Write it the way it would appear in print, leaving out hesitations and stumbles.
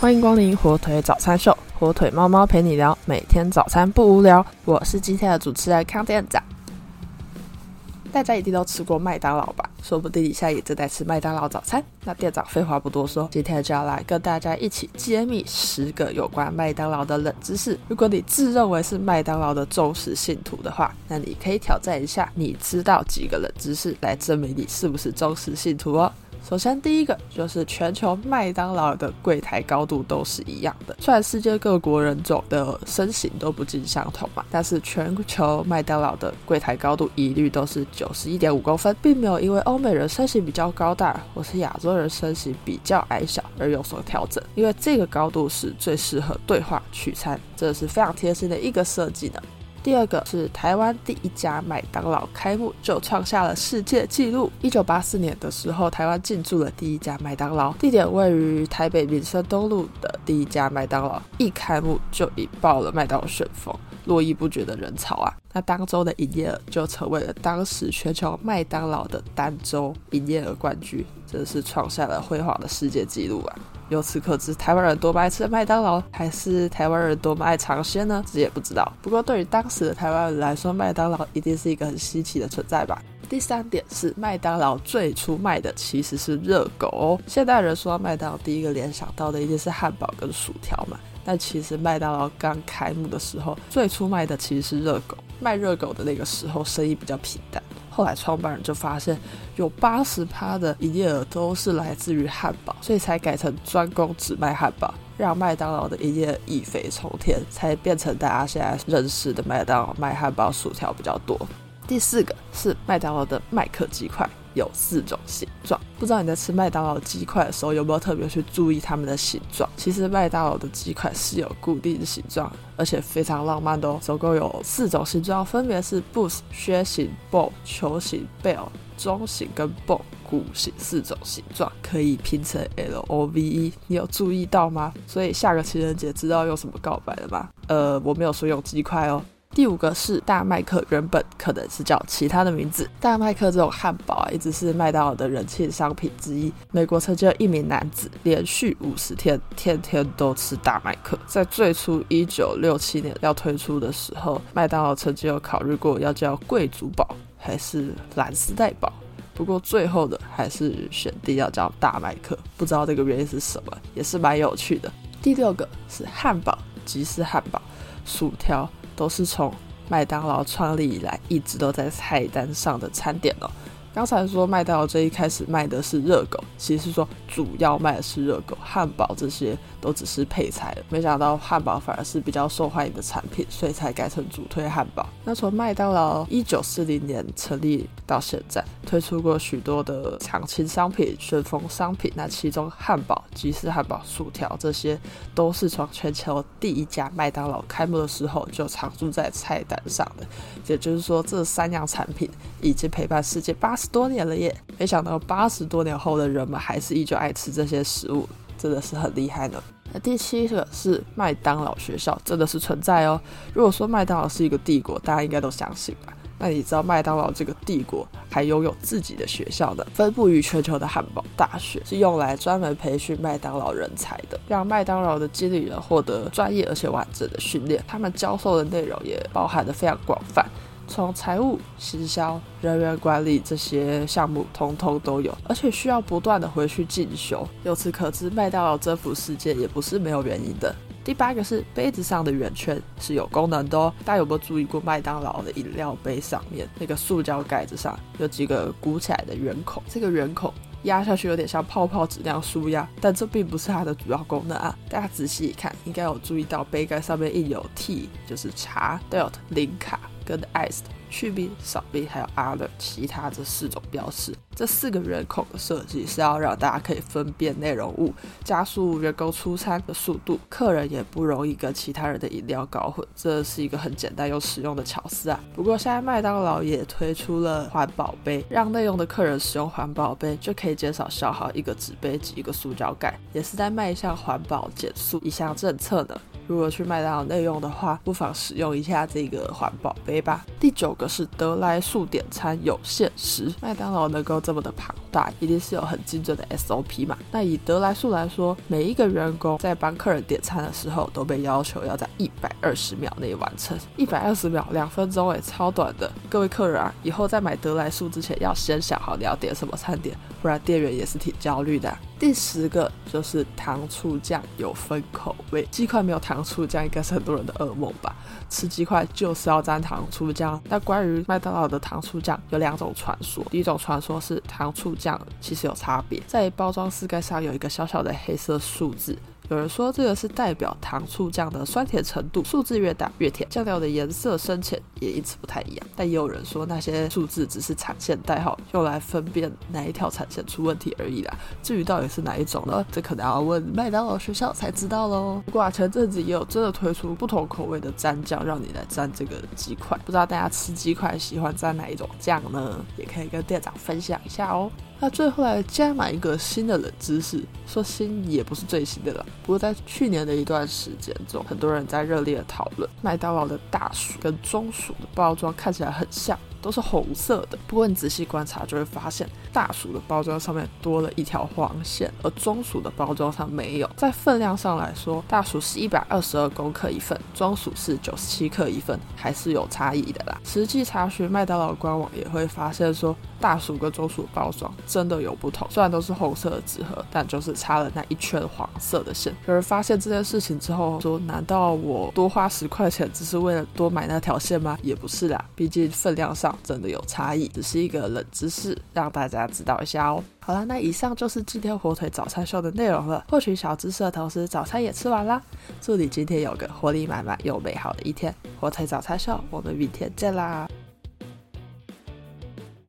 欢迎光临火腿早餐秀，火腿猫猫陪你聊，每天早餐不无聊。我是今天的主持人康店长。大家一定都吃过麦当劳吧？说不定你现在也正在吃麦当劳早餐。那店长废话不多说，今天就要来跟大家一起揭秘10个有关麦当劳的冷知识。如果你自认为是麦当劳的忠实信徒的话，那你可以挑战一下，你知道几个冷知识来证明你是不是忠实信徒哦。首先第一个就是全球麦当劳的柜台高度都是一样的，虽然世界各国人种的身形都不尽相同嘛，但是全球麦当劳的柜台高度一律都是 91.5 公分，并没有因为欧美人身形比较高大或是亚洲人身形比较矮小而有所调整，因为这个高度是最适合对话取餐，这是非常贴心的一个设计呢。第二个是台湾第一家麦当劳开幕就创下了世界纪录。1984年的时候，台湾进驻了第一家麦当劳，地点位于台北民生东路的第一家麦当劳，一开幕就引爆了麦当劳旋风，络绎不绝的人潮啊。那当周的营业额就成为了当时全球麦当劳的单周营业额冠军，真是创下了辉煌的世界纪录啊。由此可知，台湾人多么爱吃麦当劳，还是台湾人多么爱尝鲜呢？这也不知道。不过对于当时的台湾人来说，麦当劳一定是一个很稀奇的存在吧。第三点是麦当劳最初卖的其实是热狗哦。现代人说到麦当劳，第一个联想到的一定是汉堡跟薯条嘛。但其实麦当劳刚开幕的时候，最初卖的其实是热狗。卖热狗的那个时候生意比较平淡，后来创办人就发现有 80% 的营业额都是来自于汉堡，所以才改成专攻只卖汉堡，让麦当劳的营业额一飞冲天，才变成大家现在认识的麦当劳卖汉堡薯条比较多。第四个是麦当劳的麦克鸡块有4种形状，不知道你在吃麦当劳鸡块的时候有没有特别去注意它们的形状。其实麦当劳的鸡块是有固定的形状，而且非常浪漫的哦，总共有4种形状，分别是 Boost、靴形、Ball、球形、Bell、中型跟 Ball、鼓形4种形状，可以拼成 LOVE， 你有注意到吗？所以下个情人节知道用什么告白了吗？我没有说用鸡块哦。第5个是大麦克原本可能是叫其他的名字。大麦克这种汉堡啊，一直是麦当劳的人气商品之一。美国曾经有一名男子连续50天天天都吃大麦克。在最初1967年要推出的时候，麦当劳曾经有考虑过要叫贵族堡还是蓝丝带堡，不过最后的还是选定要叫大麦克，不知道这个原因是什么，也是蛮有趣的。第6个是汉堡、吉士汉堡、薯条都是从麦当劳创立以来一直都在菜单上的餐点哦。刚才说麦当劳最一开始卖的是热狗，其实是说主要卖的是热狗，汉堡这些都只是配菜了。没想到汉堡反而是比较受欢迎的产品，所以才改成主推汉堡。那从麦当劳1940年成立到现在，推出过许多的常青商品、旋风商品，那其中汉堡、吉士汉堡、薯条这些都是从全球第一家麦当劳开幕的时候就常驻在菜单上的。也就是说，这3样产品已经陪伴世界80多年了耶！没想到80多年后的人们还是依旧爱吃这些食物，真的是很厉害呢。第7个是麦当劳学校真的是存在哦。如果说麦当劳是一个帝国，大家应该都相信吧？那你知道麦当劳这个帝国还拥有自己的学校呢，分布于全球的汉堡大学，是用来专门培训麦当劳人才的，让麦当劳的经理人获得专业而且完整的训练。他们教授的内容也包含的非常广泛，从财务、行销、人员管理这些项目通通都有，而且需要不断的回去进修。由此可知，麦当劳征服世界也不是没有原因的。第8个是杯子上的圆圈是有功能的哦。大家有没有注意过麦当劳的饮料杯上面那个塑胶盖子上有几个鼓起来的圆孔？这个圆孔压下去有点像泡泡纸那样舒压，但这并不是它的主要功能啊。大家仔细一看，应该有注意到杯盖上面印有 T 就是茶、Delt 零卡跟 Iced 去冰、少冰还有 Other 其他这4种标识。这4个圆孔的设计是要让大家可以分辨内容物，加速员工出餐的速度，客人也不容易跟其他人的饮料搞混，这是一个很简单又实用的巧思啊。不过现在麦当劳也推出了环保杯，让内用的客人使用环保杯就可以减少消耗1个纸杯及1个塑胶盖，也是在迈向环保减速一项政策呢。如果去麦当劳内用的话，不妨使用一下这个环保杯吧。第9个是得来速点餐有限时。麦当劳能够这么的彷大，一定是有很精准的 SOP 嘛。那以得来速来说，每一个员工在帮客人点餐的时候都被要求要在120秒内完成。120秒2分钟超短的。各位客人啊，以后在买得来速之前要先想好你要点什么餐点，不然店员也是挺焦虑的啊。第10个就是糖醋酱有分口味，鸡块没有糖醋酱应该是很多人的噩梦吧。吃鸡块就是要沾糖醋酱。那关于麦当劳的糖醋酱有2种传说，第一种传说是糖醋酱其实有差别，在包装撕盖上有一个小小的黑色数字，有人说这个是代表糖醋酱的酸甜程度，数字越大越甜，酱料的颜色深浅也因此不太一样。但也有人说那些数字只是产线代号，用来分辨哪一条产线出问题而已啦。至于到底是哪一种呢，这可能要问麦当劳学校才知道咯。不过前阵子也有真的推出不同口味的蘸酱让你来蘸这个鸡块，不知道大家吃鸡块喜欢蘸哪一种酱呢，也可以跟店长分享一下哦。那最后来加码一个新的冷知识，说新也不是最新的了，不过在去年的一段时间中，很多人在热烈的讨论麦当劳的大薯跟中薯的包装看起来很像，都是红色的。不过你仔细观察就会发现，大薯的包装上面多了一条黄线，而中薯的包装上没有。在分量上来说，大薯是122公克一份，中薯是97克一份，还是有差异的啦。实际查询麦当劳官网也会发现说，大薯跟中薯包装真的有不同，虽然都是红色的纸盒，但就是差了那一圈黄色的线。有人发现这件事情之后说，难道我多花10块钱只是为了多买那条线吗？也不是啦，毕竟分量上真的有差异，只是一个冷知识让大家知道一下哦。好啦，那以上就是今天火腿早餐秀的内容了。获取小知识的同时，早餐也吃完啦。祝你今天有个活力满满又美好的一天。火腿早餐秀，我们明天见啦！